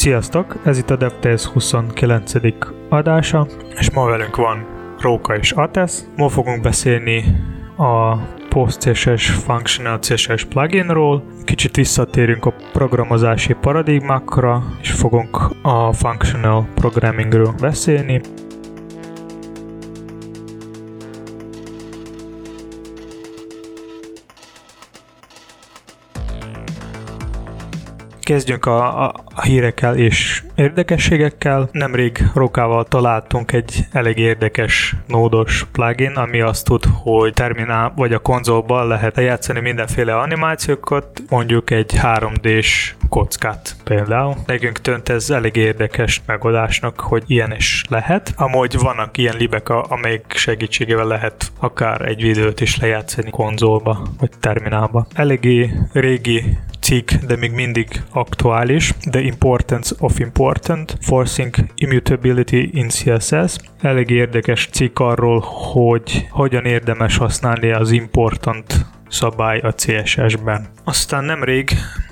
Sziasztok! Ez itt a DevTales 29. adása, és ma velünk van Róka és Atesz. Ma fogunk beszélni a PostCSS Functional CSS pluginról, kicsit visszatérünk a programozási paradigmákra, és fogunk a Functional Programmingről beszélni. Kezdjünk a hírekkel és érdekességekkel. Nemrég Rókával találtunk egy elég érdekes nódos plugin, ami azt tud, hogy terminál vagy a konzolban lehet játszani mindenféle animációkat, mondjuk egy 3D-s kockát például. Nekünk tűnt ez elég érdekes megoldásnak, hogy ilyen is lehet. Amúgy vannak ilyen libek, amelyek segítségével lehet akár egy videót is lejátszani konzolba vagy terminálba. Eléggé régi cikk, de még mindig aktuális. The Importance of Important, Forcing Immutability in CSS. Elég érdekes cikk arról, hogy hogyan érdemes használni az important szabály a CSS-ben. Aztán nemrég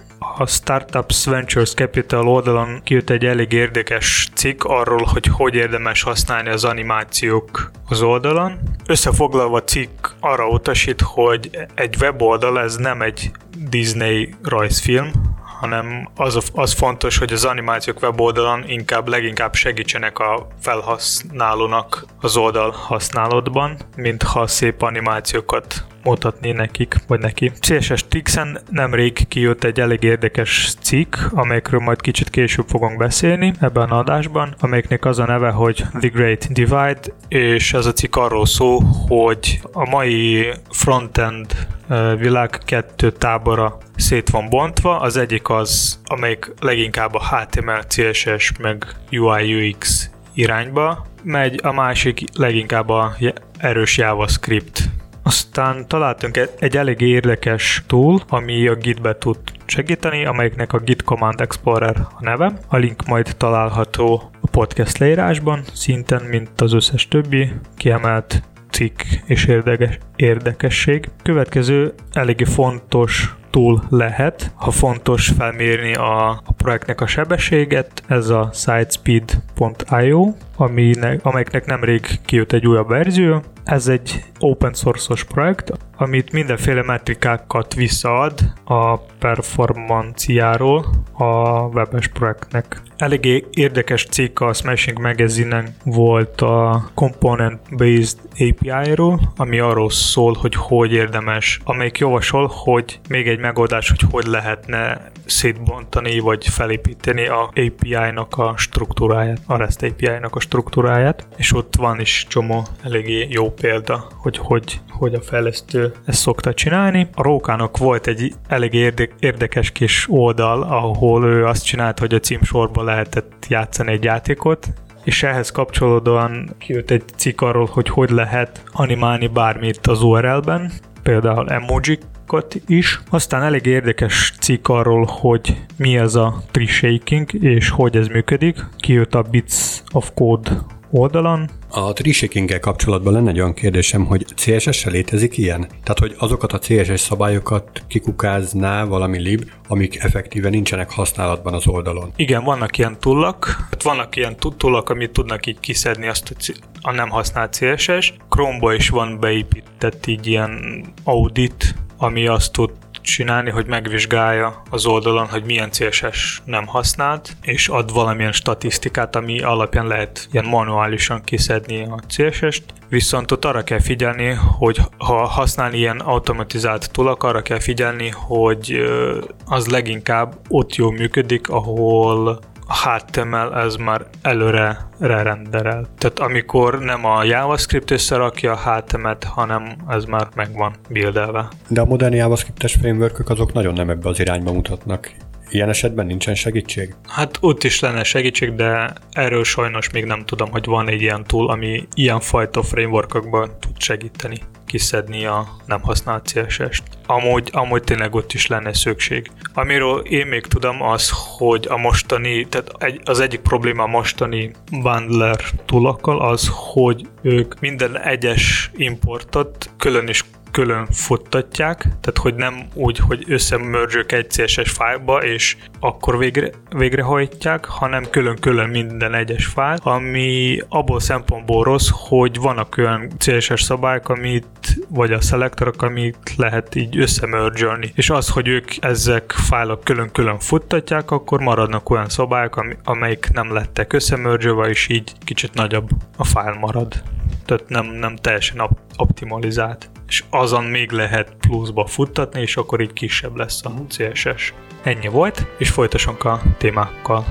a Startups Ventures Capital oldalon kijött egy elég érdekes cikk arról, hogy érdemes használni az animációk az oldalon. Összefoglalva a cikk arra utasít, hogy egy weboldal ez nem egy Disney rajzfilm, hanem az fontos, hogy az animációk weboldalon leginkább segítsenek a felhasználónak az oldal használatban, mintha szép animációkat mutatni nekik, vagy neki. CSS Tricks-en nemrég kijött egy elég érdekes cikk, amelyekről majd kicsit később fogunk beszélni ebben az adásban, amelyeknek az a neve, hogy The Great Divide, és ez a cikk arról szól, hogy a mai frontend világ kettő tábora szét van bontva. Az egyik az, amelyik leginkább a HTML, CSS meg UI UX irányba megy, a másik leginkább a erős JavaScript. Aztán találtunk egy elég érdekes tool, ami a Gitbe tud segíteni, amelyiknek a Git Command Explorer a neve. A link majd található a podcast leírásban, szinten, mint az összes többi kiemelt cikk és érdekesség. Következő eléggly fontos tool lehet, ha fontos felmérni a projektnek a sebességet, ez a sitespeed.io, amelyeknek nemrég kijött egy újabb verzió. Ez egy open source-os projekt, amit mindenféle metrikákat visszaad a performanciáról a webes projektnek. Eléggé érdekes cikk a Smashing Magazine-en volt a Component-Based API-ról, ami arról szól, hogy érdemes, amelyik javasol, hogy még egy megoldás, hogy lehetne szétbontani vagy felépíteni a API-nak a struktúráját, a REST API-nak a struktúráját, és ott van is csomó eléggé jó példa, hogy a fejlesztő ezt szokta csinálni. A Rókának volt egy elég érdekes kis oldal, ahol ő azt csinált, hogy a címsorban lehetett játszani egy játékot, és ehhez kapcsolódóan kijött egy cikk arról, hogy lehet animálni bármit az URL-ben, például emojikat is. Aztán elég érdekes cikk arról, hogy mi ez a tree shaking, és hogy ez működik. Kijött a Bits of Code oldalon. A tree shaking-gel kapcsolatban lenne egy olyan kérdésem, hogy CSS-re létezik ilyen? Tehát, hogy azokat a CSS szabályokat kikukázná valami lib, amik effektíven nincsenek használatban az oldalon. Igen, vannak ilyen toolok. Vannak ilyen toolok, amit tudnak így kiszedni azt a nem használt CSS. Chrome-ba is van beépített így ilyen audit, ami azt tud csinálni, hogy megvizsgálja az oldalon, hogy milyen CSS nem használt, és ad valamilyen statisztikát, ami alapján lehet ilyen manuálisan kiszedni a CSS-t. Viszont ott arra kell figyelni, hogy ha használni ilyen automatizált toolok, arra kell figyelni, hogy az leginkább ott jól működik, ahol a HTML ez már előre renderel. Tehát amikor nem a JavaScript összerakja a HTML-t, hanem ez már meg van buildelve. De a modern JavaScript-es framework-ök azok nagyon nem ebbe az irányba mutatnak. Ilyen esetben nincsen segítség? Hát ott is lenne segítség, de erről sajnos még nem tudom, hogy van egy ilyen tool, ami ilyenfajta frameworkokban tud segíteni kiszedni a nem használt CSS-t. Amúgy tényleg ott is lenne szükség. Amiről én még tudom az, hogy a mostani, tehát az egyik probléma a mostani bundler toolokkal az, hogy ők minden egyes importot külön is külön futtatják, tehát hogy nem úgy, hogy összemörzsök egy CSS fájlba, és akkor végrehajtják, hanem külön-külön minden egyes fájl, ami abból szempontból rossz, hogy vannak olyan CSS szabályok, vagy a szelektorok, amit lehet így összemörzsölni. És az, hogy ők ezek fájlok külön-külön futtatják, akkor maradnak olyan szabályok, amelyik nem lettek összemörzsölve, és így kicsit nagyobb a fájl marad. Tehát nem teljesen optimalizált. És azon még lehet pluszba futtatni, és akkor így kisebb lesz a CSS. Ennyi volt, és folytassunk a témákkal.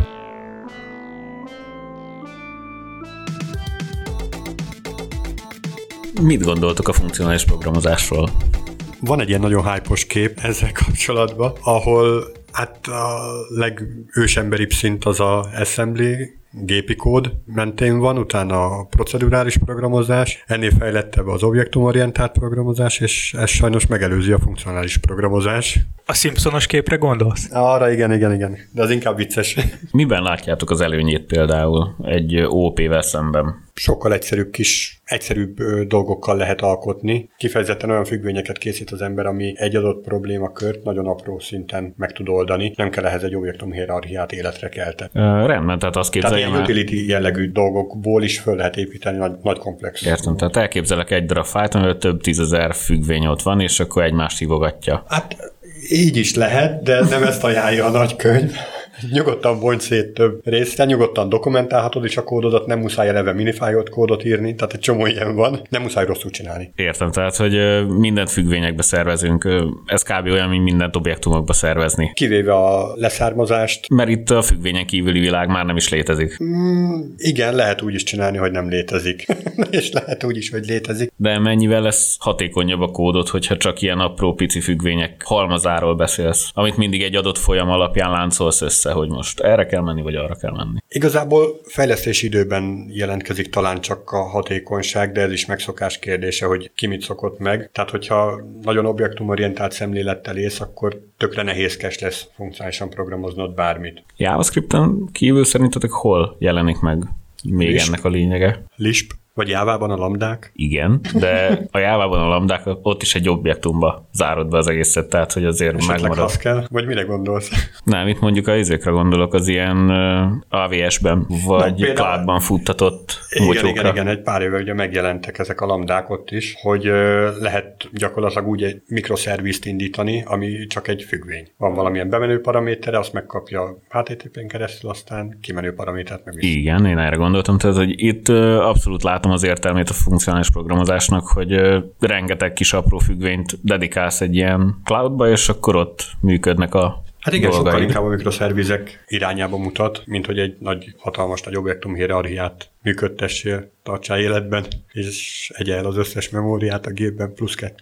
Mit gondoltok a funkcionális programozásról? Van egy ilyen nagyon hype-os kép ezzel kapcsolatban, ahol hát a legősemberibb szint az a assembly, gépi kód mentén van, utána a procedurális programozás, ennél fejlettebb az objektumorientált programozás, és ez sajnos megelőzi a funkcionális programozás. A Simpsonos képre gondolsz? Arra igen, de az inkább vicces. Miben látjátok az előnyét például egy OOP-vel szemben? Sokkal egyszerűbb dolgokkal lehet alkotni. Kifejezetten olyan függvényeket készít az ember, ami egy adott problémakört nagyon apró szinten meg tud oldani. Nem kell ehhez egy objektum hierarchiát életre keltetni. Rendben, tehát azt képzeljem. Tehát utility jellegű dolgokból is föl lehet építeni nagy komplex. Értem, tehát elképzelek egy darab fájlt, amivel több tízezer függvény ott van, és akkor egymást hívogatja. Hát így is lehet, de nem ezt ajánlja a nagykönyv. Nyugodtan bonts szét több részre, nyugodtan dokumentálhatod is a kódodat, nem muszáj eleve minifájolt kódot írni, tehát egy csomó ilyen van, nem muszáj rosszul csinálni. Értem, tehát, hogy mindent függvényekbe szervezünk, ez kb. Olyan, mint mindent objektumokba szervezni. Kivéve a leszármazást. Mert itt a függvények kívüli világ már nem is létezik. Igen, lehet úgy is csinálni, hogy nem létezik. És lehet úgy is, hogy létezik. De mennyivel lesz hatékonyabb a kódot, hogyha csak ilyen apró pici függvények halmazáról beszélsz, amit mindig egy adott folyam alapján láncolsz össze, hogy most erre kell menni, vagy arra kell menni. Igazából fejlesztési időben jelentkezik talán csak a hatékonyság, de ez is megszokás kérdése, hogy ki mit szokott meg. Tehát, hogyha nagyon objektumorientált szemlélettel élsz, akkor tökre nehézkes lesz funkcionálisan programoznod bármit. JavaScripten kívül szerintetek hol jelenik meg még Lisp. Ennek a lényege? Lisp. Vagy Jávában a lambdák? Igen, de a Jávában a lambdák ott is egy objektumba zárod be az egészet, tehát hogy azért esetleg megmarad. Haskell? Vagy mire gondolsz? Nem, itt mondjuk a izékre gondolok, az ilyen AWS-ben, vagy Cloud-ban futtatott motyókra. Igen, egy pár éve ugye megjelentek ezek a lambdák ott is, hogy lehet gyakorlatilag úgy egy mikroszervizt indítani, ami csak egy függvény. Van valamilyen bemenő paramétere, azt megkapja HTTP-n keresztül, aztán kimenő paramétert meg vissza. Igen, én erre gondoltam, tehát hogy itt abszolút látom az értelmét a funkcionális programozásnak, hogy rengeteg kis apró függvényt dedikálsz egy ilyen cloudba, és akkor ott működnek a Hát igen, dolgaid. sokkal inkább a mikroszervizek irányába mutat, mint hogy egy hatalmas nagy objektum hierarchiát működtessél, tartsál életben, és egye el az összes memóriát a gépben +2.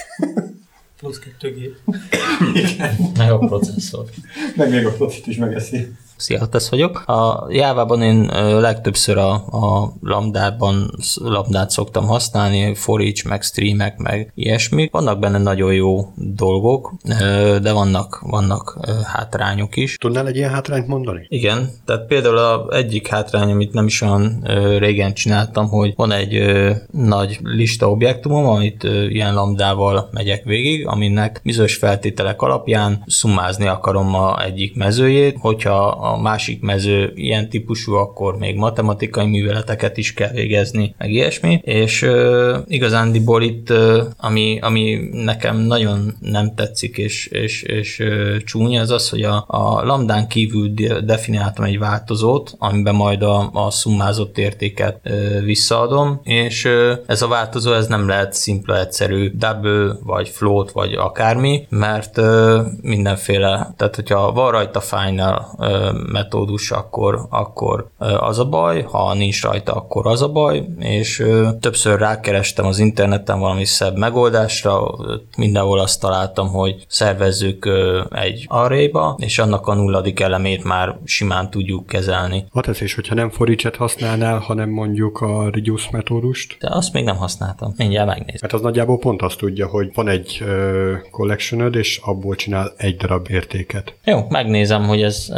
+2 gép. Meg a processzor. Meg még a procit is megeszi. Szia, Tesz vagyok. A Jávában én legtöbbször a lambdát szoktam használni, for each, meg streamek, meg ilyesmi. Vannak benne nagyon jó dolgok, de vannak hátrányok is. Tudnál egy ilyen hátrányt mondani? Igen, tehát például az egyik hátrány, amit nem is olyan régen csináltam, hogy van egy nagy lista objektumom, amit ilyen lambdával megyek végig, aminek bizonyos feltételek alapján szummázni akarom egyik mezőjét, hogyha a másik mező ilyen típusú, akkor még matematikai műveleteket is kell végezni, meg ilyesmi, és igazándiból itt, ami nekem nagyon nem tetszik, és csúnya, az az, hogy a lambdán kívül definiáltam egy változót, amiben majd a szummázott értéket visszaadom, és ez a változó ez nem lehet szimpla, egyszerű double, vagy float, vagy akármi, mert mindenféle, tehát hogyha van rajta final metódus, akkor az a baj, ha nincs rajta, akkor az a baj, és többször rákerestem az interneten valami szebb megoldásra, mindenhol azt találtam, hogy szervezzük egy arrayba, és annak a nulladik elemét már simán tudjuk kezelni. És hogyha nem for each-et használnál, hanem mondjuk a reduce metódust? De azt még nem használtam. Mindjárt megnézem. Mert az nagyjából pont azt tudja, hogy van egy collectionöd, és abból csinál egy darab értéket. Jó, megnézem, hogy ezt mennyiben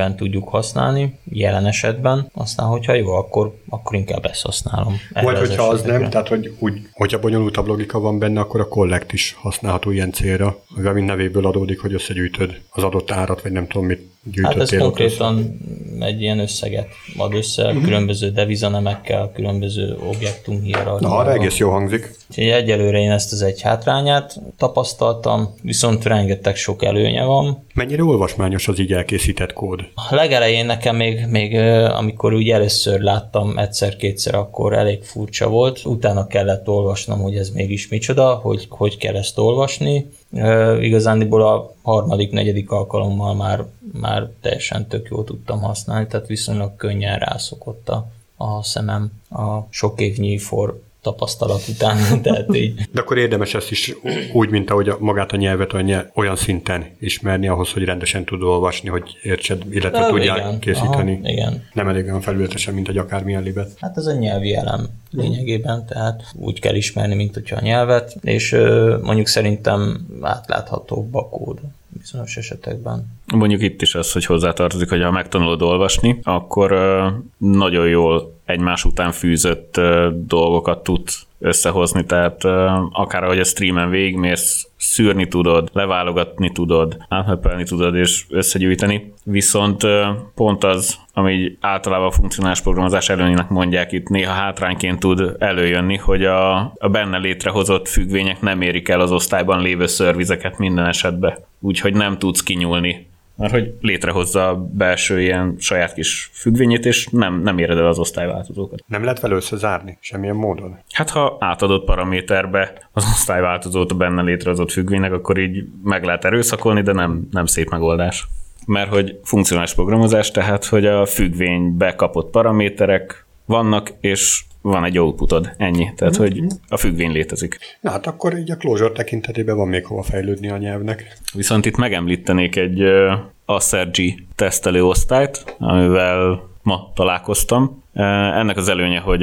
rendszerben tudjuk használni, jelen esetben, aztán hogyha jó, akkor inkább ezt használom. Vagy hogyha az nem, tehát hogy hogyha bonyolultabb logika van benne, akkor a collect is használható ilyen célra, mivel mind nevéből adódik, hogy összegyűjtöd az adott árat, vagy nem tudom mit gyűjtöttél. Hát ez konkrétan egy ilyen összeget ad össze, különböző devizanemekkel, különböző objektum hierarchiával. Na, arra egész jó hangzik. Úgyhogy egyelőre én ezt az egy hátrányát tapasztaltam, viszont rengeteg sok előnye van. Mennyire olvasmányos az így elkészített kód? A legelején nekem még amikor úgy először láttam egyszer-kétszer, akkor elég furcsa volt. Utána kellett olvasnom, hogy ez mégis micsoda, hogy kell ezt olvasni. Igazándiból a harmadik, negyedik alkalommal már teljesen tök jól tudtam használni, tehát viszonylag könnyen rászokott a szemem a sok évnyi tapasztalat után, tehát így. De akkor érdemes ezt is úgy, mint ahogy magát a nyelvet olyan szinten ismerni, ahhoz, hogy rendesen tud olvasni, hogy értsed, illetve tudjál készíteni. Aha, igen. Nem elég olyan felületesen, mint egy akármilyen libet. Hát ez a nyelvi elem lényegében, tehát úgy kell ismerni, mint hogyha a nyelvet, és mondjuk szerintem átláthatóbb a kód bizonyos esetekben. Mondjuk itt is az, hogy hozzátartozik, hogy ha megtanulod olvasni, akkor nagyon jól egymás után fűzött dolgokat tudsz összehozni, tehát akár ahogy a streamen végigmész, szűrni tudod, leválogatni tudod, átmappelni tudod és összegyűjteni. Viszont pont az, ami általában a funkcionális programozás előnyének mondják, itt néha hátrányként tud előjönni, hogy a benne létrehozott függvények nem érik el az osztályban lévő szervizeket minden esetben. Úgyhogy nem tudsz kinyúlni, mert hogy létrehozza a belső ilyen saját kis függvényét, és nem éred el az osztályváltozókat. Nem lehet vele összezárni semmilyen módon? Hát ha átadott paraméterbe az osztályváltozót a benne létrehozott függvénynek, akkor így meg lehet erőszakolni, de nem szép megoldás. Mert hogy funkcionális programozás, tehát hogy a függvénybe kapott paraméterek vannak, és van egy outputod, ennyi. Tehát, hogy a függvény létezik. Na hát akkor így a closure tekintetében van még hova fejlődni a nyelvnek. Viszont itt megemlítenék egy Assergy tesztelő osztályt, amivel ma találkoztam. Ennek az előnye, hogy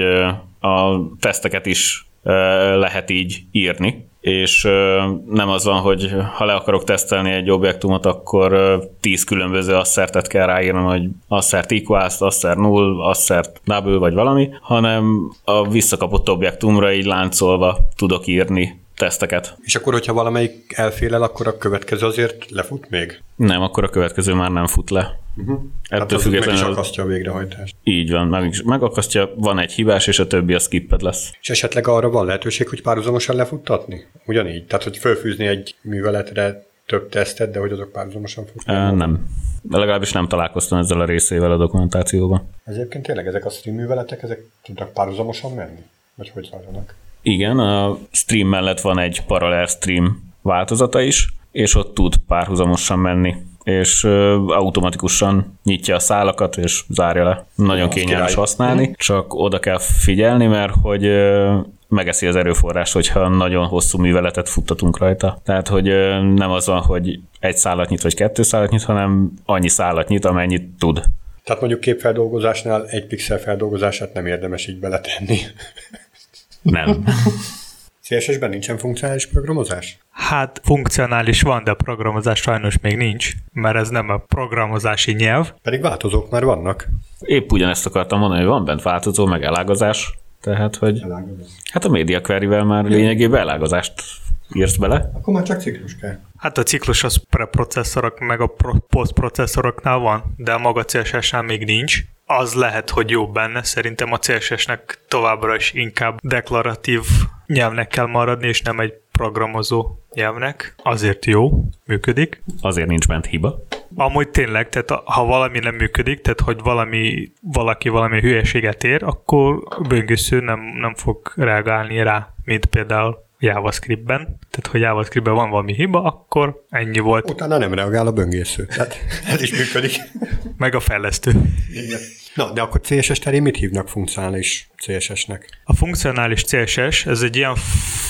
a teszteket is lehet így írni, és nem az van, hogy ha le akarok tesztelni egy objektumot, akkor 10 különböző assertet kell ráírnom, hogy assert equals, assert null, assert double vagy valami, hanem a visszakapott objektumra így láncolva tudok írni teszteket. És akkor, hogyha valamelyik elfél el, akkor a következő azért lefut még? Nem, akkor a következő már nem fut le. Ettől függetlenül meg is akasztja a végrehajtást. Így van, megakasztja, van egy hibás, és a többi a skipped lesz. És esetleg arra van lehetőség, hogy párhuzamosan lefuttatni? Ugyanígy? Tehát, hogy fölfűzni egy műveletre több tesztet, de hogy azok párhuzamosan futnak? Nem. De legalábbis nem találkoztam ezzel a részével a dokumentációban. Egyébként tényleg ezek a stream műveletek, ezek tudnak párhuzamosan menni? Vagy hogy zajlanak? Igen, a stream mellett van egy parallel stream változata is, és ott tud párhuzamosan menni, és automatikusan nyitja a szálakat, és zárja le. Nagyon kényelmes használni, csak oda kell figyelni, mert hogy megeszi az erőforrást, hogyha nagyon hosszú műveletet futtatunk rajta. Tehát, hogy nem az van, hogy egy szálat nyit, vagy 2 szálat nyit, hanem annyi szálat nyit, amennyit tud. Tehát mondjuk képfeldolgozásnál egy pixel feldolgozását nem érdemes így beletenni. Nem. CSS-ben nincsen funkcionális programozás? Hát funkcionális van, de programozás sajnos még nincs, mert ez nem a programozási nyelv. Pedig változók már vannak. Épp ugyanezt akartam mondani, hogy van bent változó, meg elágazás. Tehát, hogy hát a Media Query-vel már lényegében elágazást írsz bele. Akkor már csak ciklus kell. Hát a ciklus az preprocesszorok meg a posztprocesszoroknál van, de a maga CSS-nál még nincs. Az lehet, hogy jobb benne. Szerintem a CSS-nek továbbra is inkább deklaratív nyelvnek kell maradni, és nem egy programozó nyelvnek. Azért jó, működik. Azért nincs bent hiba. Amúgy tényleg, tehát ha valami nem működik, tehát hogy valaki valami hülyeséget ér, akkor böngésző nem fog reagálni rá, mint például JavaScriptben. Tehát, hogy JavaScriptben van valami hiba, akkor ennyi volt. Utána nem reagál a böngésző. Tehát ez is működik. Meg a fejlesztő. Igen. Na, de akkor CSS terén mit hívnak funkcionális CSS-nek? A funkcionális CSS, ez egy ilyen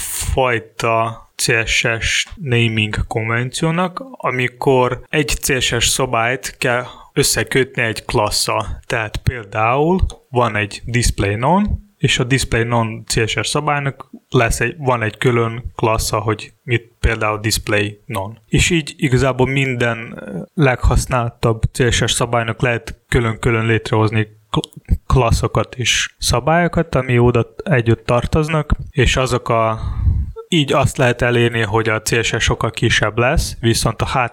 fajta CSS naming konvenciónak, amikor egy CSS szabályt kell összekötni egy klasszal. Tehát például van egy display none, és a display non-CSS szabálynak van egy külön klassza, hogy mit például display non. És így igazából minden leghasználtabb CSS szabálynak lehet külön-külön létrehozni klasszokat és szabályokat, ami oda együtt tartoznak, és így azt lehet elérni, hogy a CSS sokkal kisebb lesz, viszont a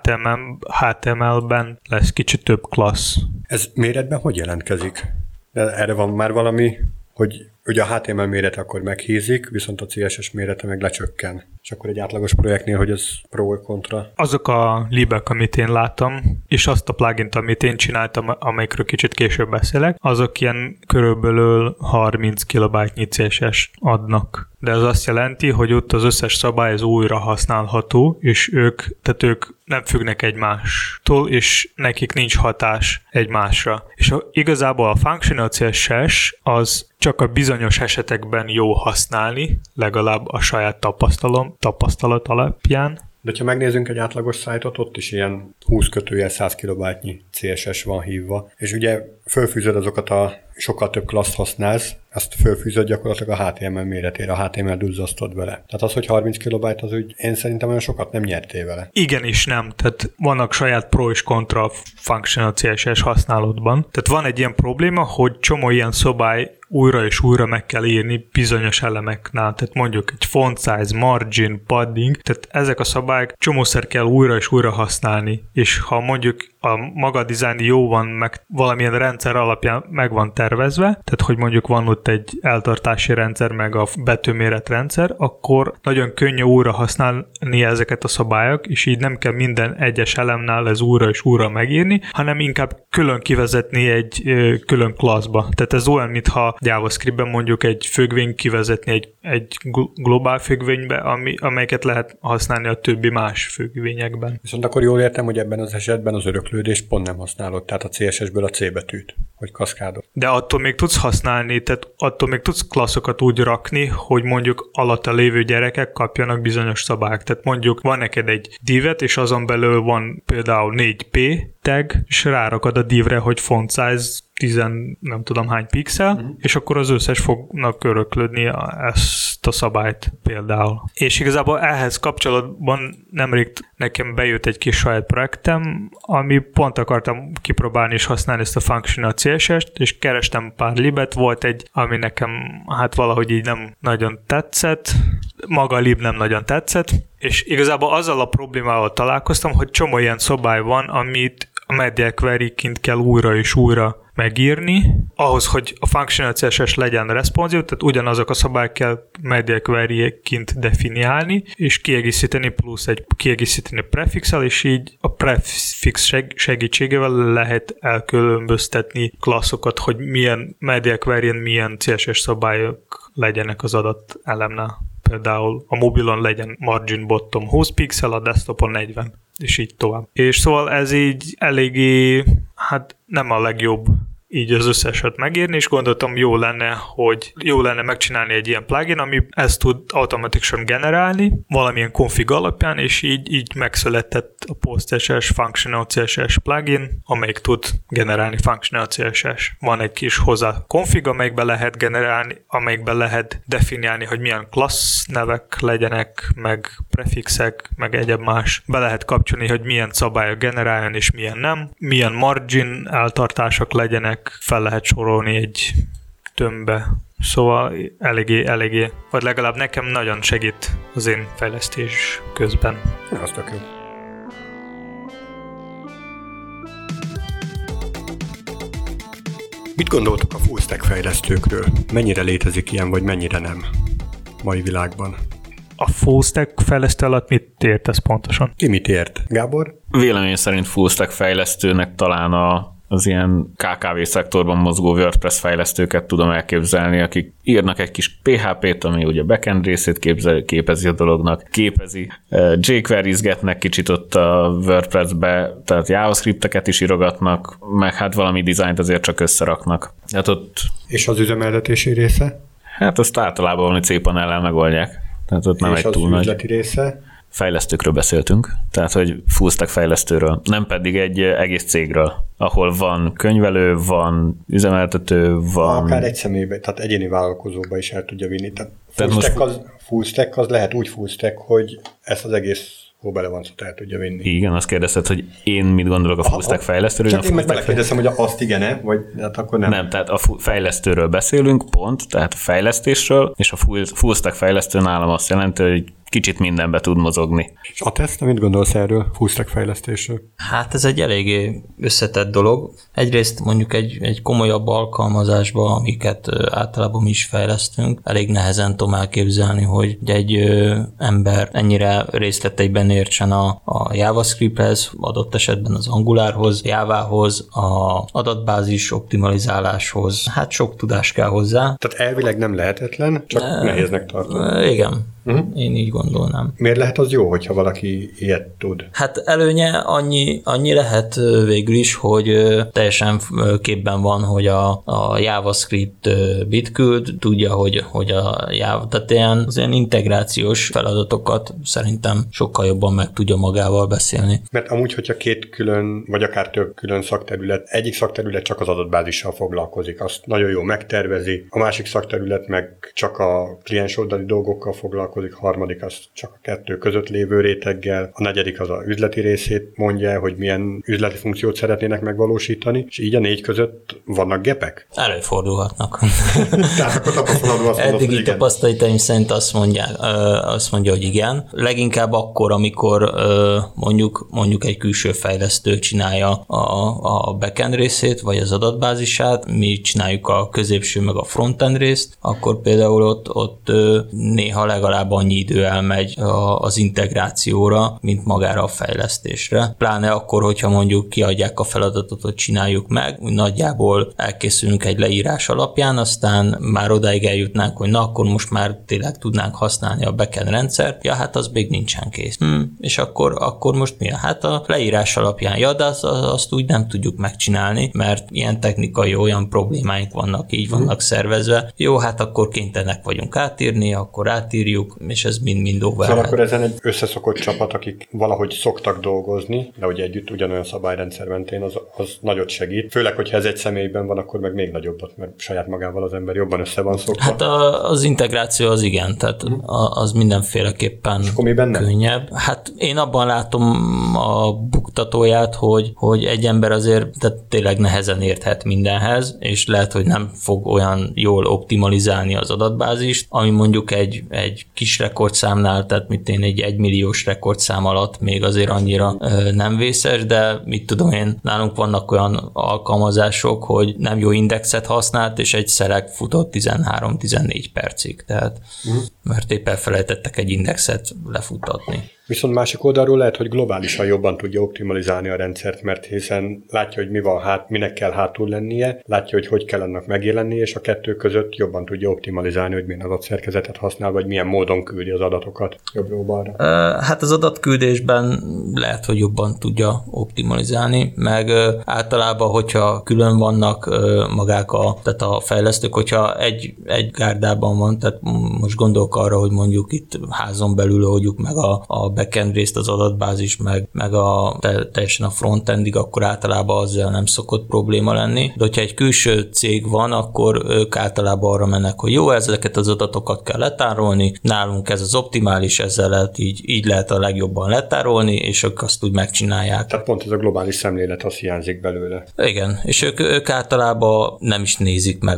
HTML-ben lesz kicsit több klassz. Ez méretben hogy jelentkezik? De erre van már valami, hogy ugye a HTML mérete akkor meghízik, viszont a CSS mérete meg lecsökken. És akkor egy átlagos projektnél, hogy ez pro vagy kontra? Azok a libek, amit én láttam, és azt a plugint, amit én csináltam, amelyikről kicsit később beszélek, azok ilyen körülbelül 30 kilobájtnyi CSS adnak. De ez azt jelenti, hogy ott az összes szabály az újra használható, és ők nem függnek egymástól, és nekik nincs hatás egymásra. És igazából a functional CSS az csak a bizonyos esetekben jó használni, legalább a saját tapasztalat alapján. De ha megnézzünk egy átlagos szájtot, ott is ilyen 20-100 kilobájtnyi CSS van hívva, és ugye fölfűzöd azokat a sokkal több klasszt használsz, azt fölfűzöd gyakorlatilag a HTML méretére, a HTML duzzasztod vele. Tehát az, hogy 30 kilobájt, az úgy én szerintem olyan sokat nem nyertél vele. Igen és nem, tehát vannak saját pro és kontra functional CSS használatban. Tehát van egy ilyen probléma, hogy csomó ilyen szabály újra és újra meg kell írni bizonyos elemeknál. Tehát mondjuk egy font size, margin, padding, tehát ezek a szabályok csomószer kell újra és újra használni. És ha mondjuk a maga dizájn jó van, meg valamilyen rendszer alapján meg van tervezve, tehát hogy mondjuk van ott egy eltartási rendszer, meg a betűméretrendszer, akkor nagyon könnyű újra használni ezeket a szabályok, és így nem kell minden egyes elemnál ez újra és újra megírni, hanem inkább külön kivezetni egy külön klasszba. Tehát ez olyan, mintha JavaScriptben mondjuk egy függvény kivezetni egy globál függvénybe, amelyeket lehet használni a többi más függvényekben. Viszont akkor jól értem, hogy ebben az esetben az öröklődést pont nem használod, tehát a CSS-ből a C betűt, hogy kaszkádod. De attól még tudsz használni, tehát attól még tudsz klasszokat úgy rakni, hogy mondjuk alatta lévő gyerekek kapjanak bizonyos szabályok. Tehát mondjuk van neked egy divet, és azon belül van például 4P tag, és rárakad a divre, hogy font size 10 nem tudom hány pixel, és akkor az összes fognak öröklődni ezt a szabályt például. És igazából ehhez kapcsolatban nemrég nekem bejött egy kis saját projektem, ami pont akartam kipróbálni és használni ezt a functional CSS-t, és kerestem pár libet, volt egy, ami nekem hát valahogy így nem nagyon tetszett, maga a lib nem nagyon tetszett, és igazából azzal a problémával találkoztam, hogy csomó ilyen szabály van, amit a media query-ként kell újra és újra megírni, ahhoz, hogy a functional CSS legyen responsive, tehát ugyanazok a szabályok kell media query-ként definiálni, és kiegészíteni plusz egy kiegészíteni prefixel, és így a prefix segítségével lehet elkülönböztetni klasszokat, hogy milyen media query-en milyen CSS szabályok legyenek az adott elemnál. Például a mobilon legyen margin bottom 20 pixel, a desktopon 40, és így tovább. És szóval ez így eléggé, hát nem a legjobb így az összeset megírni, és gondoltam, jó lenne megcsinálni egy ilyen plugin, ami ezt tud automatikusan generálni valamilyen config alapján, és így megszületett a PostCSS Functional CSS plugin, amelyik tud generálni Functional CSS. Van egy kis hozzá config, amelyikben lehet generálni, amelyikben lehet definiálni, hogy milyen class nevek legyenek, meg prefixek, meg egyéb más. Be lehet kapcsolni, hogy milyen szabályok generáljon, és milyen nem. Milyen margin eltartások legyenek, fel lehet sorolni egy tömbbe. Szóval eléggé, vagy legalább nekem nagyon segít az én fejlesztés közben. Az tök jó. Mit gondoltok a full stack fejlesztőkről? Mennyire létezik ilyen, vagy mennyire nem mai világban? A full stack fejlesztő alatt mit értesz pontosan? Ki mit ért? Gábor? Véleményem szerint full stack fejlesztőnek talán az ilyen KKV szektorban mozgó WordPress fejlesztőket tudom elképzelni, akik írnak egy kis PHP-t, ami ugye backend részét képezi a dolognak, képezi jQuery-zgetnek kicsit ott a WordPress-be, tehát JavaScript-eket is írogatnak, meg hát valami dizájnt azért csak összeraknak. Hát ott... És az üzemeltetési része? Hát azt általában valami cPanel-lel megoldják. Tehát ott nem egy túl nagy. És az üzleti része? fejlesztőkről beszéltünk, tehát hogy full stack fejlesztőről, nem pedig egy egész cégről, ahol van könyvelő, van üzemeltető, van... Akár egy személybe, tehát egyéni vállalkozóba is el tudja vinni. Tehát full stack az lehet úgy full stack, hogy ezt az egész hóbelevancot el tudja vinni. Igen, azt kérdezted, hogy én mit gondolok a full stack fejlesztőről. Csak én meg megkérdezem, hogy azt igen-e, vagy hát akkor nem. Nem, tehát a fejlesztőről beszélünk, pont, tehát a fejlesztésről, és a full stack fejlesztő nálam azt jelenti, hogy kicsit mindenbe tud mozogni. És a teszt, mit gondolsz erről, full stack fejlesztésről? Hát ez egy eléggé összetett dolog. Egyrészt mondjuk egy komolyabb alkalmazásba, amiket általában mi is fejlesztünk, elég nehezen tudom elképzelni, hogy egy ember ennyire részleteiben értsen a JavaScripthez, adott esetben az Angularhoz, Javahoz, a adatbázis optimalizáláshoz. Hát sok tudás kell hozzá. Tehát elvileg nem lehetetlen, csak nehéznek tartom. Igen. Én így gondolnám. Miért lehet az jó, hogyha valaki ilyet tud? Hát előnye annyi lehet végül is, hogy teljesen képben van, hogy a JavaScript bit küld, tudja, hogy a Java, tehát ilyen integrációs feladatokat szerintem sokkal jobban meg tudja magával beszélni. Mert amúgy, hogyha két külön, vagy akár több külön szakterület, egyik szakterület csak az adatbázissal foglalkozik, azt nagyon jó megtervezi, a másik szakterület meg csak a kliens oldali dolgokkal foglalkozik, harmadik az csak a kettő között lévő réteggel, a negyedik az a üzleti részét mondja, hogy milyen üzleti funkciót szeretnének megvalósítani, és így a négy között vannak gepek? Előfordulhatnak. Tehát akkor tapasztalatban azt mondod, eddigi tapasztalataim szerint azt mondja, hogy igen. Leginkább akkor, amikor mondjuk egy külső fejlesztő csinálja a backend részét, vagy az adatbázisát, mi csináljuk a középső meg a frontend részt, akkor például ott néha legalább annyi idő elmegy az integrációra, mint magára a fejlesztésre. Pláne akkor, hogyha mondjuk kiadják a feladatot, hogy csináljuk meg, úgy nagyjából elkészülünk egy leírás alapján, aztán már odáig eljutnánk, hogy na, akkor most már tényleg tudnánk használni a backend rendszert, ja, hát az még nincsen kész. És akkor most mi? Hát a leírás alapján, ja, de azt úgy nem tudjuk megcsinálni, mert ilyen technikai olyan problémáink vannak, így vannak szervezve. Jó, hát akkor kénytelenek vagyunk átírni, akkor átírjuk, és ez mind overhead. Szóval akkor ezen egy összeszokott csapat, akik valahogy szoktak dolgozni, de ugye együtt ugyanolyan szabályrendszer mentén, az nagyot segít. Főleg, hogyha ez egy személyben van, akkor meg még nagyobbat, mert saját magával az ember jobban össze van szokva. Hát az integráció az igen, tehát az mindenféleképpen könnyebb. Hát én abban látom a buktatóját, hogy egy ember azért tehát tényleg nehezen érthet mindenhez, és lehet, hogy nem fog olyan jól optimalizálni az adatbázist, ami mondjuk egy kis rekordszámnál, tehát egy 1 milliós rekordszám alatt még azért annyira nem vészes, de mit tudom én, nálunk vannak olyan alkalmazások, hogy nem jó indexet használt, és egy select futott 13-14 percig, tehát mert épp elfelejtettek egy indexet lefuttatni. Viszont másik oldalról lehet, hogy globálisan jobban tudja optimalizálni a rendszert, mert hiszen látja, hogy mi van minek kell hátul lennie, látja, hogy kell annak megjelennie, és a kettő között jobban tudja optimalizálni, hogy milyen adatszerkezetet használ, vagy milyen módon küldi az adatokat jobbra-balra. Hát az adatküldésben lehet, hogy jobban tudja optimalizálni, meg általában, hogyha külön vannak magák tehát a fejlesztők, hogyha egy gárdában van, tehát most gondolok arra, hogy mondjuk itt házon belül oldjuk meg a backend részt, az adatbázis, meg teljesen a frontendig, akkor általában azzal nem szokott probléma lenni. De hogyha egy külső cég van, akkor ők általában arra mennek, hogy jó, ezeket az adatokat kell letárolni, nálunk ez az optimális, ezzel lehet így lehet a legjobban letárolni, és ők azt úgy megcsinálják. Tehát pont ez a globális szemlélet, az hiányzik belőle. Igen, és ők általában nem is nézik meg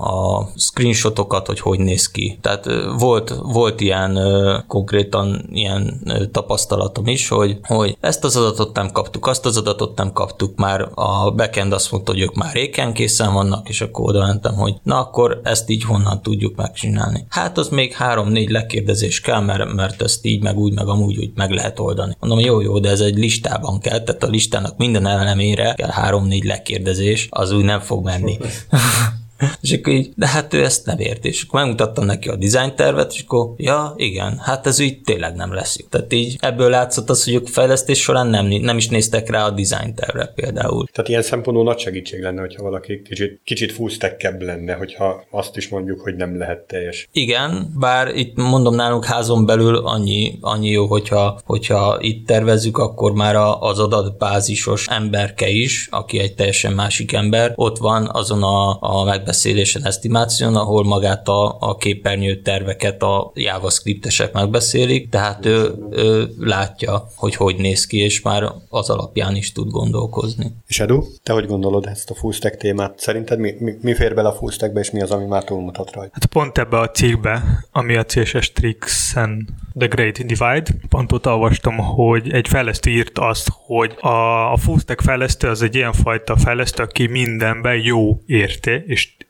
a screenshotokat, hogy néz ki. Tehát volt ilyen konkrétan ilyen tapasztalatom is, hogy ezt az adatot nem kaptuk, azt az adatot nem kaptuk, már a backend azt mondta, hogy ők már régen készen vannak, és akkor oda mentem, hogy na akkor ezt így honnan tudjuk megcsinálni. Hát az még 3-4 lekérdezés kell, mert ezt így, meg úgy, meg amúgy úgy meg lehet oldani. Mondom, jó, de ez egy listában kell, tehát a listának minden elemére kell 3-4 lekérdezés, az úgy nem fog menni. És akkor így, de hát ő ezt nem ért, és akkor megmutattam neki a design tervet, és akkor, ja, igen, hát ez így tényleg nem lesz jó. Tehát így ebből látszott az, hogy a fejlesztés során nem is néztek rá a design tervre például. Tehát ilyen szempontból nagy segítség lenne, hogyha valaki kicsit full stack-ebb lenne, hogyha azt is mondjuk, hogy nem lehet teljes. Igen, bár itt mondom nálunk házon belül annyi jó, hogyha itt tervezzük, akkor már az adatbázisos emberke is, aki egy teljesen másik ember, ott van azon a megbeszélésen, esztimáción, ahol magát a képernyő terveket a JavaScript-esek megbeszélik, tehát ő látja, hogy néz ki, és már az alapján is tud gondolkozni. És Edu, te hogy gondolod ezt a full stack témát? Szerinted mi fér bele a full stackbe, és mi az, ami már túlmutat rajta? Hát pont ebbe a cikkbe, ami a CSS Tricks and the Great Divide, pont ott olvastam, hogy egy fejlesztő írt azt, hogy a full stack fejlesztő az egy ilyen fajta fejlesztő, aki mindenben jó érti,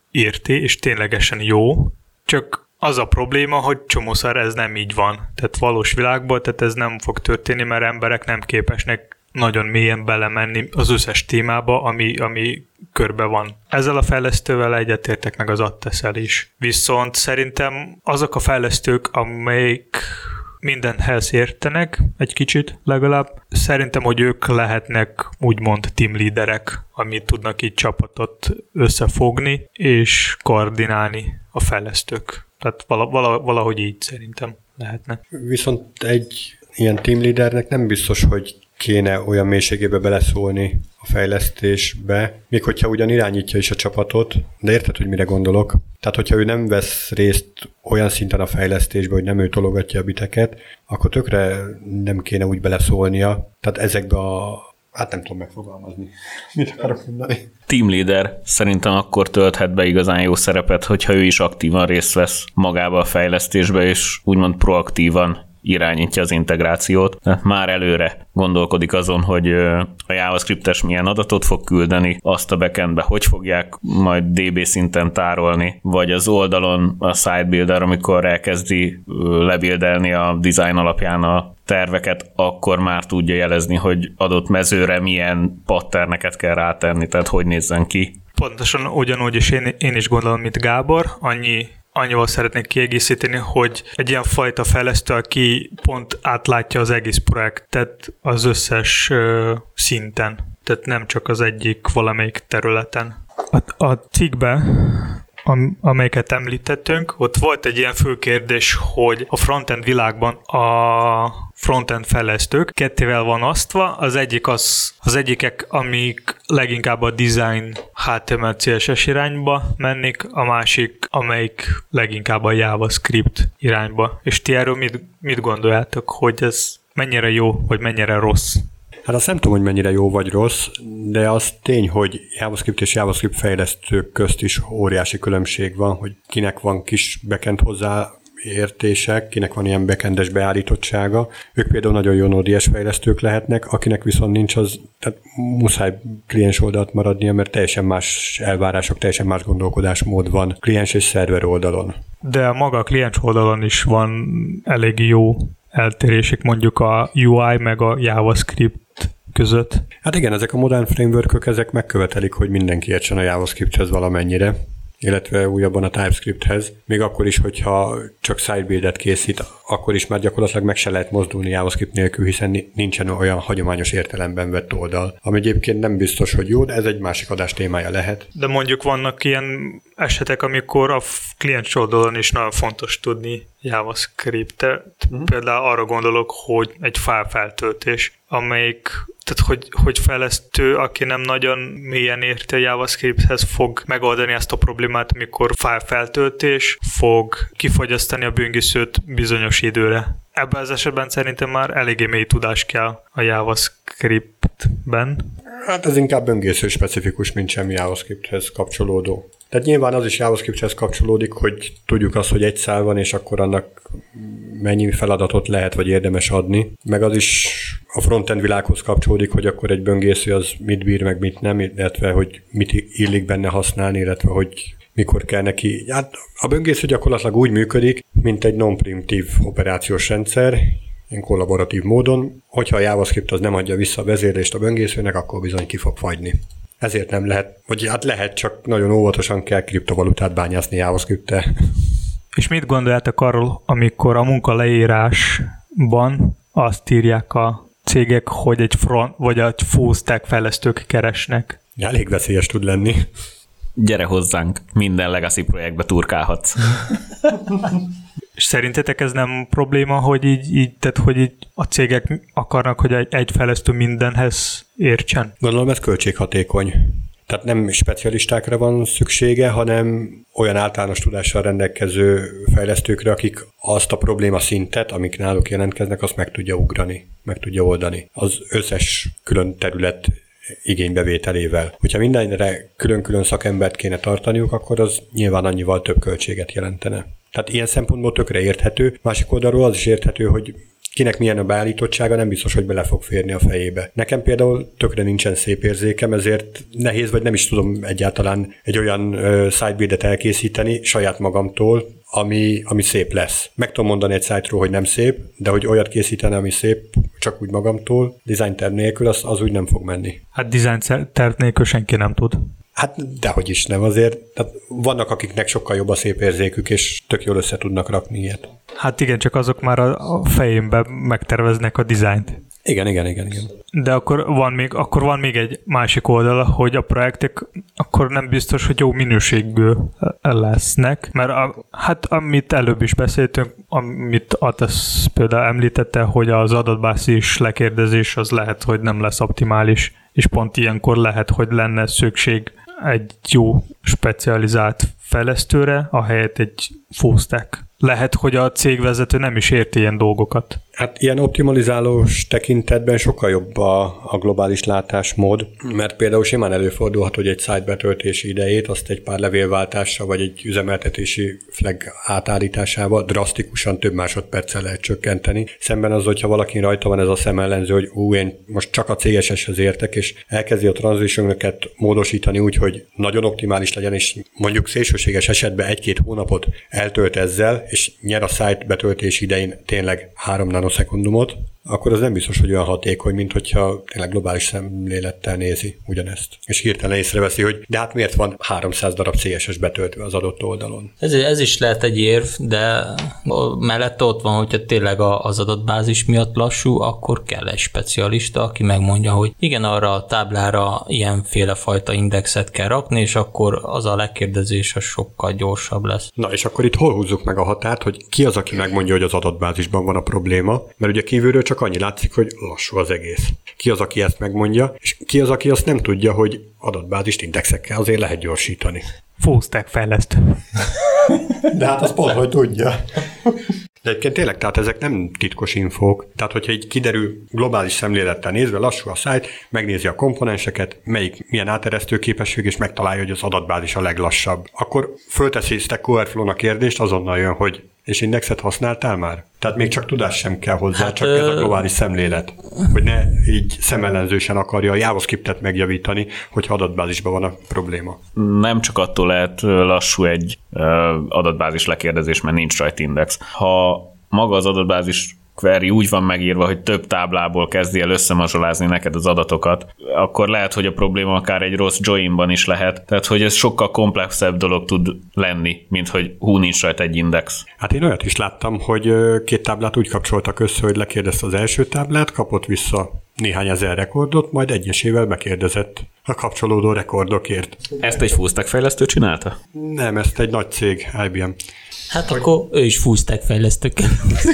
és ténylegesen jó, csak az a probléma, hogy csomószor ez nem így van. Tehát valós világban, tehát ez nem fog történni, mert emberek nem képesnek nagyon mélyen belemenni az összes témába, ami körbe van. Ezzel a fejlesztővel egyetértek, meg az Attesszel is. Viszont szerintem azok a fejlesztők, amelyik mindenhez értenek, egy kicsit legalább, szerintem, hogy ők lehetnek úgymond team leaderek, amit tudnak így csapatot összefogni és koordinálni a fejlesztők. Tehát valahogy így szerintem lehetne. Viszont egy ilyen team leadernek nem biztos, hogy kéne olyan mélységébe beleszólni a fejlesztésbe, még hogyha ugyan irányítja is a csapatot, de érted, hogy mire gondolok? Tehát, hogyha ő nem vesz részt olyan szinten a fejlesztésbe, hogy nem ő tologatja a biteket, akkor tökre nem kéne úgy beleszólnia. Tehát ezekbe hát nem tudom megfogalmazni. Mit akarok mondani? Team leader szerintem akkor tölthet be igazán jó szerepet, hogyha ő is aktívan részt vesz magába a fejlesztésbe, és úgymond proaktívan irányítja az integrációt. Tehát már előre gondolkodik azon, hogy a JavaScript-es milyen adatot fog küldeni, azt a backendbe hogy fogják majd DB szinten tárolni, vagy az oldalon a sidebuilder, amikor elkezdi lebildelni a design alapján a terveket, akkor már tudja jelezni, hogy adott mezőre milyen patterneket kell rátenni, tehát hogy nézzen ki. Pontosan ugyanúgy is én is gondolom, mint Gábor, annyival szeretnék kiegészíteni, hogy egy ilyen fajta fejlesztő, aki pont átlátja az egész projektet az összes szinten, tehát nem csak az egyik valamelyik területen. A cikkben, amelyeket említettünk, ott volt egy ilyen fő kérdés, hogy a frontend világban a frontend fejlesztők kettével van osztva, az egyikek, amik leginkább a design HTML CSS irányba mennek, a másik, amelyik leginkább a JavaScript irányba. És ti erről mit gondoljátok, hogy ez mennyire jó, vagy mennyire rossz? Hát azt nem tudom, hogy mennyire jó vagy rossz, de az tény, hogy JavaScript és JavaScript fejlesztők közt is óriási különbség van, hogy kinek van kis backend hozzáértések, kinek van ilyen backendes beállítottsága. Ők például nagyon jó Node.js fejlesztők lehetnek, akinek viszont nincs az, tehát muszáj kliens oldalt maradnia, mert teljesen más elvárások, teljesen más gondolkodásmód van kliens és szerver oldalon. De maga a kliens oldalon is van elég jó eltérések, mondjuk a UI meg a JavaScript között. Hát igen, ezek a modern framework-ök, ezek megkövetelik, hogy mindenki értsen a JavaScripthez valamennyire, illetve újabban a TypeScripthez. Még akkor is, hogyha csak sidebuildet készít, akkor is már gyakorlatilag meg se lehet mozdulni JavaScript nélkül, hiszen nincsen olyan hagyományos értelemben vett oldal. Ami egyébként nem biztos, hogy jó, de ez egy másik adás témája lehet. De mondjuk vannak ilyen esetek, amikor a kliens oldalon is nagyon fontos tudni JavaScript-et. Például arra gondolok, hogy egy file feltöltés, amelyik, tehát hogy fejlesztő, aki nem nagyon mélyen érti a JavaScripthez, fog megoldani ezt a problémát, amikor file feltöltés fog kifogyasztani a böngészőt bizonyos időre. Ebben az esetben szerintem már eléggé mély tudás kell a JavaScriptben. Hát ez inkább böngésző specifikus, mint semmi JavaScripthez kapcsolódó. Tehát nyilván az is JavaScripthez kapcsolódik, hogy tudjuk azt, hogy egy szál van, és akkor annak mennyi feladatot lehet, vagy érdemes adni. Meg az is a frontend világhoz kapcsolódik, hogy akkor egy böngésző az mit bír, meg mit nem, illetve hogy mit illik benne használni, illetve hogy mikor kell neki. Hát a böngésző gyakorlatilag úgy működik, mint egy non-primitív operációs rendszer, ilyen kollaboratív módon. Hogyha a JavaScript az nem adja vissza a vezérlést a böngészőnek, akkor bizony ki fog fagyni. Ezért nem lehet, vagy hát lehet, csak nagyon óvatosan kell kriptovalutát bányászni JavaScript-tel. És mit gondoljátok arról, amikor a munkaleírásban azt írják a cégek, hogy egy front vagy egy full stack fejlesztők keresnek? Elég veszélyes tud lenni. Gyere hozzánk, minden legacy projektbe turkálhatsz. És szerintetek ez nem probléma, hogy tehát hogy így a cégek akarnak, hogy egy fejlesztő mindenhez értsen? Gondolom ez költséghatékony. Tehát nem specialistákra van szüksége, hanem olyan általános tudással rendelkező fejlesztőkre, akik azt a probléma szintet, amik náluk jelentkeznek, azt meg tudja ugrani, meg tudja oldani. Az összes külön terület igénybevételével. Hogyha mindenre külön-külön szakembert kéne tartaniuk, akkor az nyilván annyival több költséget jelentene. Tehát ilyen szempontból tökre érthető. Másik oldalról az is érthető, hogy kinek milyen a beállítottsága, nem biztos, hogy bele fog férni a fejébe. Nekem például tökre nincsen szép érzékem, ezért nehéz, vagy nem is tudom egyáltalán egy olyan sidebuildet elkészíteni saját magamtól, ami szép lesz. Meg tudom mondani egy site-ról, hogy nem szép, de hogy olyat készíteni, ami szép, csak úgy magamtól, design terv nélkül, az úgy nem fog menni. Hát design terv nélkül senki nem tud. Hát dehogy is nem azért. Tehát vannak, akiknek sokkal jobb a szép érzékük, és tök jól össze tudnak rakni ilyet. Hát igen, csak azok már a fejémbe megterveznek a dizájnt. Igen. De akkor van még egy másik oldala, hogy a projektek akkor nem biztos, hogy jó minőségű lesznek, mert hát amit előbb is beszéltünk, amit Atasz például említette, hogy az adatbázis lekérdezés az lehet, hogy nem lesz optimális, és pont ilyenkor lehet, hogy lenne szükség egy jó specializált fejlesztőre, ahelyett egy full stack. Lehet, hogy a cégvezető nem is érti ilyen dolgokat. Hát ilyen optimalizálós tekintetben sokkal jobb a globális látásmód, mert például simán előfordulhat, hogy egy site betöltési idejét azt egy pár levélváltással vagy egy üzemeltetési flag átállításával drasztikusan több másodperccel lehet csökkenteni. Szemben az, hogyha valaki rajta van ez a szemellenző, hogy én most csak a CSS-hez értek, és elkezdi a transition-öket módosítani úgy, hogy nagyon optimális legyen, és mondjuk szélsőséges esetben 1-2 hónapot eltölt ezzel, és nyer a site betöltés idején tényleg 3 nanoszekundumot, akkor az nem biztos, hogy olyan hatékony, mint hogyha tényleg globális szemlélettel nézi ugyanezt. És hirtelen észreveszi, hogy de hát miért van 300 darab CSS betöltve az adott oldalon. Ez is lehet egy érv, de mellette ott van, hogyha tényleg az adatbázis miatt lassú, akkor kell egy specialista, aki megmondja, hogy igen, arra a táblára ilyenféle fajta indexet kell rakni, és akkor az a lekérdezés az sokkal gyorsabb lesz. Na, és akkor itt hol húzzuk meg a határt, hogy ki az, aki megmondja, hogy az adatbázisban van a probléma, mert ugye kívülről csak annyi látszik, hogy lassú az egész. Ki az, aki ezt megmondja, és ki az, aki azt nem tudja, hogy adatbázist indexekkel azért lehet gyorsítani. Full stack fejlesztő. De hát az pont, hogy tudja. De egyébként tényleg, tehát ezek nem titkos infók. Tehát, hogyha így kiderül globális szemlélettel nézve, lassú a site, megnézi a komponenseket, milyen áteresztő képesség, és megtalálja, hogy az adatbázis a leglassabb. Akkor fölteszi Stack Overflow-n a kérdést, azonnal jön, hogy és indexet használtál már? Tehát még csak tudás sem kell hozzá, csak ez a globális szemlélet. Hogy ne így szemellenzősen akarja a JavaScriptet megjavítani, hogyha adatbázisban van a probléma. Nem csak attól lehet lassú egy adatbázis lekérdezés, mert nincs rajta index. Ha maga az adatbázis query úgy van megírva, hogy több táblából kezdi el összemazsolázni neked az adatokat, akkor lehet, hogy a probléma akár egy rossz joinban is lehet. Tehát, hogy ez sokkal komplexebb dolog tud lenni, mint hogy nincs rajta egy index. Hát én olyat is láttam, hogy 2 táblát úgy kapcsoltak össze, hogy lekérdezte az első táblát, kapott vissza néhány ezer rekordot, majd egyesével bekérdezett a kapcsolódó rekordokért. Ezt egy full stack fejlesztő csinálta? Nem, ezt egy nagy cég, IBM. Hát akkor ő is full stack fejlesztő kell.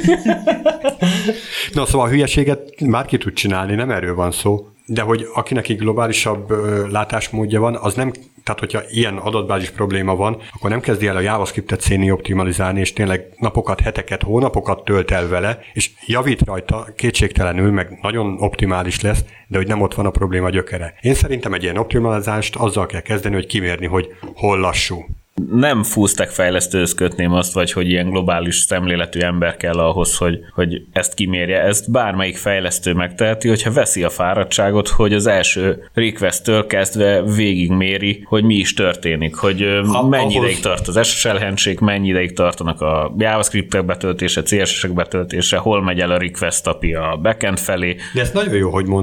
Na, szóval a hülyeséget már ki tud csinálni, nem erről van szó. De hogy akinek egy globálisabb látásmódja van, az nem, tehát hogyha ilyen adatbázis probléma van, akkor nem kezdi el a JavaScriptet szénni optimalizálni, és tényleg napokat, heteket, hónapokat tölt el vele, és javít rajta kétségtelenül, meg nagyon optimális lesz, de hogy nem ott van a probléma gyökere. Én szerintem egy ilyen optimalizást azzal kell kezdeni, hogy kimérni, hogy hol lassú. Nem full stack fejlesztőhöz kötném azt, vagy hogy ilyen globális szemléletű ember kell ahhoz, hogy ezt kimérje. Ezt bármelyik fejlesztő megteheti, hogyha veszi a fáradtságot, hogy az első request-től kezdve végigméri, hogy mi is történik, hogy mennyi ideig tart az SSL handshake, mennyi ideig tartanak a JavaScript-ek betöltése, CSS-ek betöltése, hol megy el a request API a backend felé. De ez nagyon jó, hogy mondod,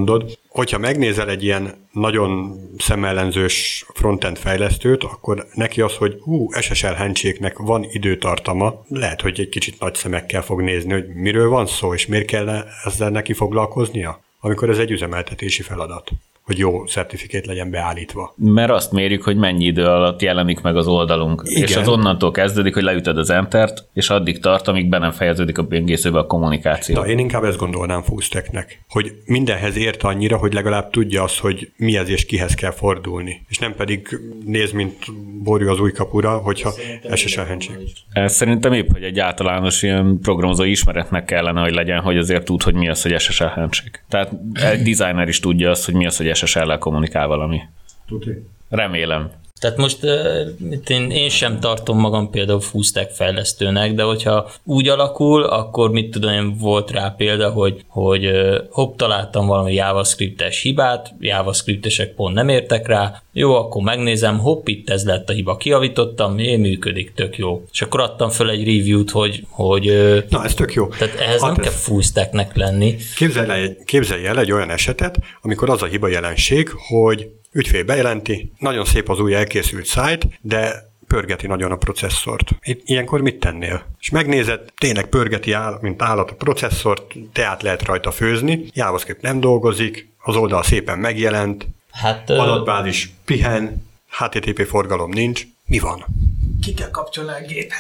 hogyha megnézel egy ilyen nagyon szemellenzős frontend fejlesztőt, akkor neki az, hogy SSL handshake-nek van időtartama, lehet, hogy egy kicsit nagy szemekkel fog nézni, hogy miről van szó, és miért kell ezzel neki foglalkoznia, amikor ez egy üzemeltetési feladat, hogy jó certifikát legyen beállítva. Mert azt mérjük, hogy mennyi idő alatt jelenik meg az oldalunk. Igen. És az onnantól kezdődik, hogy leütöd az Entert, és addig tart, amíg be nem fejeződik a böngészőbe a kommunikáció. Na, én inkább ezt gondolnám full-stacknek, hogy mindenhez ért annyira, hogy legalább tudja azt, hogy mi ez és kihez kell fordulni. És nem pedig néz, mint borjú az új kapura, hogyha SSL handshake. Ez szerintem épp, hogy egy általános ilyen programozói ismeretnek kellene, hogy legyen, hogy azért tud, hogy mi az, hogy SSL handshake. Tehát egy designer is tudja azt, hogy mi az, hogy SSL-lel kommunikál valami. Tudni. Remélem. Tehát most én sem tartom magam például full stack fejlesztőnek, de hogyha úgy alakul, akkor mit tudom én, volt rá példa, hogy találtam valami JavaScript-es hibát, JavaScript-esek pont nem értek rá, jó, akkor megnézem, itt ez lett a hiba, kijavítottam, működik, tök jó. És akkor adtam föl egy review-t, hogy na, ez tök jó. Tehát ehhez nem kell full stacknek lenni. Képzelj el egy olyan esetet, amikor az a hiba jelenség, hogy ügyfél bejelenti, nagyon szép az új elkészült szájt, de pörgeti nagyon a processzort. Ilyenkor mit tennél? És megnézed, tényleg pörgeti mint állat a processzort, teát lehet rajta főzni, JavaScript nem dolgozik, az oldal szépen megjelent, adatbázis pihen, HTTP forgalom nincs. Mi van? Ki kell kapcsolni a gépet.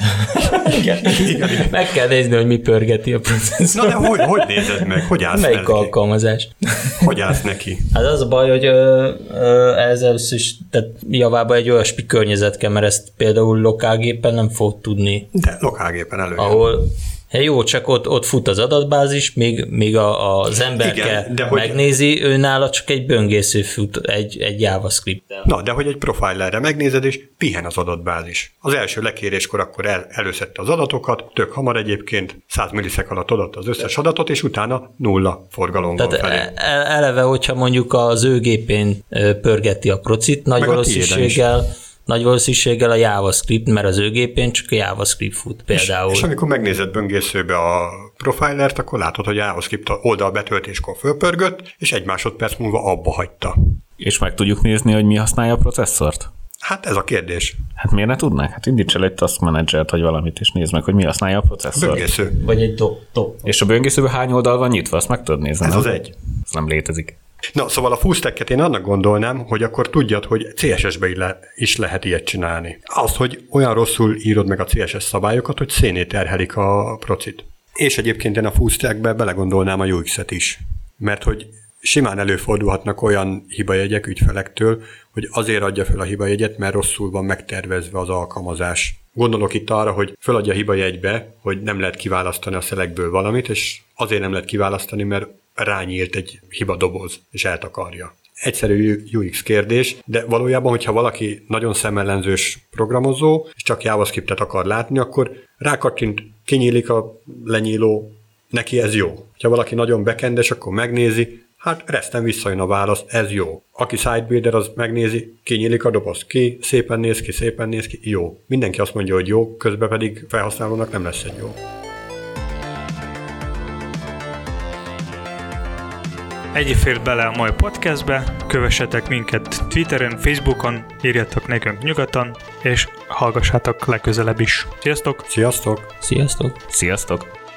Igen. Meg kell nézni, hogy mi pörgeti a processzor. Na de hogy nézed meg? Hogy állsz melyik neki? alkalmazás? Hogy állsz neki? Hát az a baj, hogy ez először is, tehát javában egy olyasmi környezet kell, mert ezt például lokálgépen nem fog tudni. De lokálgépen előjön. Ahol jó, csak ott fut az adatbázis, míg az emberke megnézi, ő nála csak egy böngésző fut, egy JavaScript-tel. Na, de hogy egy profilerre megnézed, és pihen az adatbázis. Az első lekéréskor akkor előszedte az adatokat, tök hamar egyébként, 100 millisekund alatt adott az összes adatot, és utána nulla forgalom van felé. Eleve, hogyha mondjuk az ő gépén pörgeti a procit, nagy valószínűséggel a JavaScript, mert az ő gépén csak a JavaScript fut például. És amikor megnézed böngészőbe a profilert, akkor látod, hogy a JavaScript oldal betöltéskor fölpörgött, és 1 másodperc múlva abba hagyta. És meg tudjuk nézni, hogy mi használja a processzort? Hát ez a kérdés. Hát miért ne tudnák? Hát indíts el egy task managert, vagy valamit, és nézd meg, hogy mi használja a processzort. A böngésző. Vagy egy top. És a böngészőben hány oldal van nyitva, azt meg tudod nézni? Ez nem? az egy. Ez nem létezik. Na, szóval a full stacket én annak gondolnám, hogy akkor tudjad, hogy CSS-be is lehet ilyet csinálni. Az, hogy olyan rosszul írod meg a CSS szabályokat, hogy szénné terhelik a procit. És egyébként én a full stackbe belegondolnám a UX-et is. Mert hogy simán előfordulhatnak olyan hibajegyek ügyfelektől, hogy azért adja fel a hibajegyet, mert rosszul van megtervezve az alkalmazás. Gondolok itt arra, hogy föladja a hibajegybe, hogy nem lehet kiválasztani a szelekből valamit, és azért nem lehet kiválasztani, mert rányírt egy hibadoboz, és eltakarja. Egyszerű UX kérdés, de valójában, hogyha valaki nagyon szemellenzős programozó, és csak JavaScriptet akar látni, akkor rákattint, kinyílik a lenyíló, neki ez jó. Ha valaki nagyon backendes, akkor megnézi, hát reszten visszajön a válasz, ez jó. Aki sidebuilder, az megnézi, kinyílik a doboz, szépen néz ki, jó. Mindenki azt mondja, hogy jó, közben pedig felhasználónak nem lesz egy jó. Ennyi fér bele a mai podcastbe, kövessetek minket Twitteren, Facebookon, írjatok nekünk nyugodtan, és hallgassátok legközelebb is. Sziasztok! Sziasztok! Sziasztok! Sziasztok!